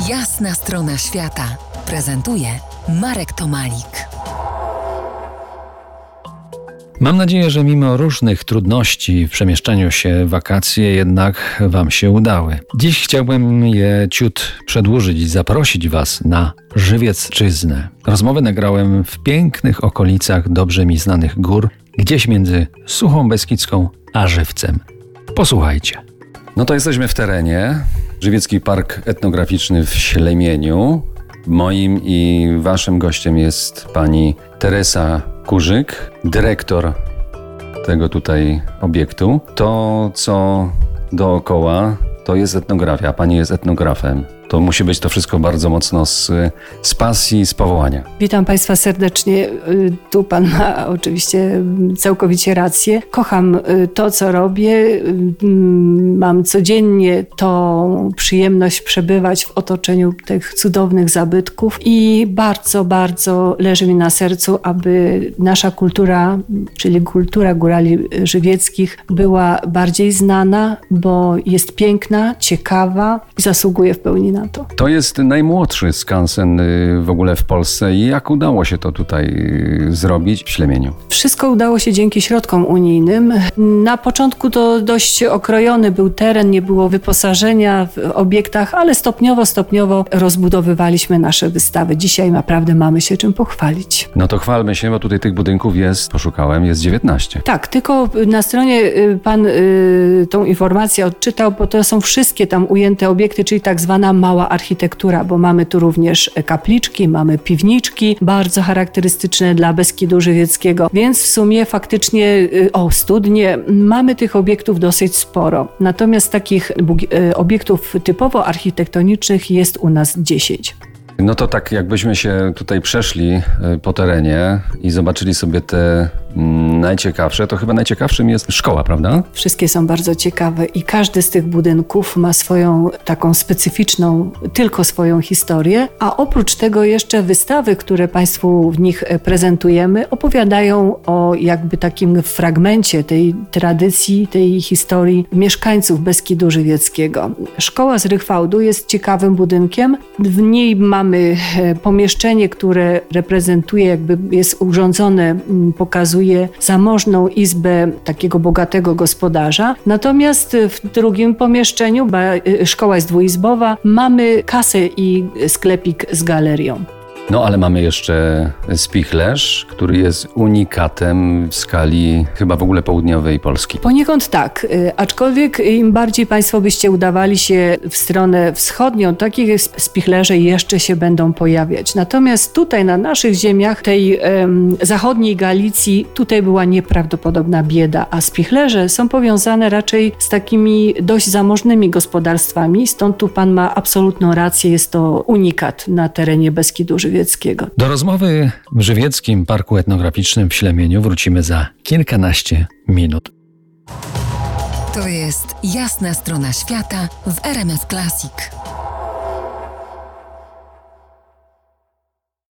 Jasna strona świata prezentuje Marek Tomalik. Mam nadzieję, że mimo różnych trudności w przemieszczaniu się w wakacje jednak Wam się udały. Dziś chciałbym je ciut przedłużyć i zaprosić Was na Żywiecczyznę. Rozmowę nagrałem w pięknych okolicach dobrze mi znanych gór, gdzieś między Suchą Beskidzką a Żywcem. Posłuchajcie. No to jesteśmy w terenie. Żywiecki Park Etnograficzny w Ślemieniu. Moim i Waszym gościem jest pani Teresa Kurzyk, dyrektor tego tutaj obiektu. To, co dookoła, to jest etnografia. Pani jest etnografem. To musi być to wszystko bardzo mocno z pasji, z powołania. Witam Państwa serdecznie. Tu Pan ma oczywiście całkowicie rację. Kocham to, co robię. Mam codziennie tą przyjemność przebywać w otoczeniu tych cudownych zabytków i bardzo, bardzo leży mi na sercu, aby nasza kultura, czyli kultura górali żywieckich, była bardziej znana, bo jest piękna, ciekawa i zasługuje w pełni na to. To jest najmłodszy skansen w ogóle w Polsce i jak udało się to tutaj zrobić w Ślemieniu? Wszystko udało się dzięki środkom unijnym. Na początku to dość okrojony był teren, nie było wyposażenia w obiektach, ale stopniowo rozbudowywaliśmy nasze wystawy. Dzisiaj naprawdę mamy się czym pochwalić. No to chwalmy się, bo tutaj tych budynków jest, poszukałem, jest 19. Tak, tylko na stronie Pan tą informację odczytał, bo to są wszystkie tam ujęte obiekty, czyli tak zwana mała architektura, bo mamy tu również kapliczki, mamy piwniczki, bardzo charakterystyczne dla Beskidu Żywieckiego, więc w sumie faktycznie, studnie, mamy tych obiektów dosyć sporo. Natomiast takich obiektów typowo architektonicznych jest u nas 10. No to tak jakbyśmy się tutaj przeszli po terenie i zobaczyli sobie te najciekawsze, to chyba najciekawszym jest szkoła, prawda? Wszystkie są bardzo ciekawe i każdy z tych budynków ma swoją taką specyficzną, tylko swoją historię, a oprócz tego jeszcze wystawy, które Państwu w nich prezentujemy, opowiadają o jakby takim fragmencie tej tradycji, tej historii mieszkańców Beskidu Żywieckiego. Szkoła z Rychwałdu jest ciekawym budynkiem. W niej mamy pomieszczenie, które reprezentuje, jakby jest urządzone, pokazuje zamożną izbę takiego bogatego gospodarza. Natomiast w drugim pomieszczeniu, szkoła jest dwuizbowa, mamy kasę i sklepik z galerią. No ale mamy jeszcze spichlerz, który jest unikatem w skali chyba w ogóle południowej Polski. Poniekąd tak, aczkolwiek im bardziej Państwo byście udawali się w stronę wschodnią, takie spichlerze jeszcze się będą pojawiać. Natomiast tutaj na naszych ziemiach, tej zachodniej Galicji, tutaj była nieprawdopodobna bieda, a spichlerze są powiązane raczej z takimi dość zamożnymi gospodarstwami, stąd tu Pan ma absolutną rację, jest to unikat na terenie Beskidu Żywieckiego. Do rozmowy w Żywieckim Parku Etnograficznym w Ślemieniu wrócimy za kilkanaście minut. To jest Jasna strona świata w RMF Classic.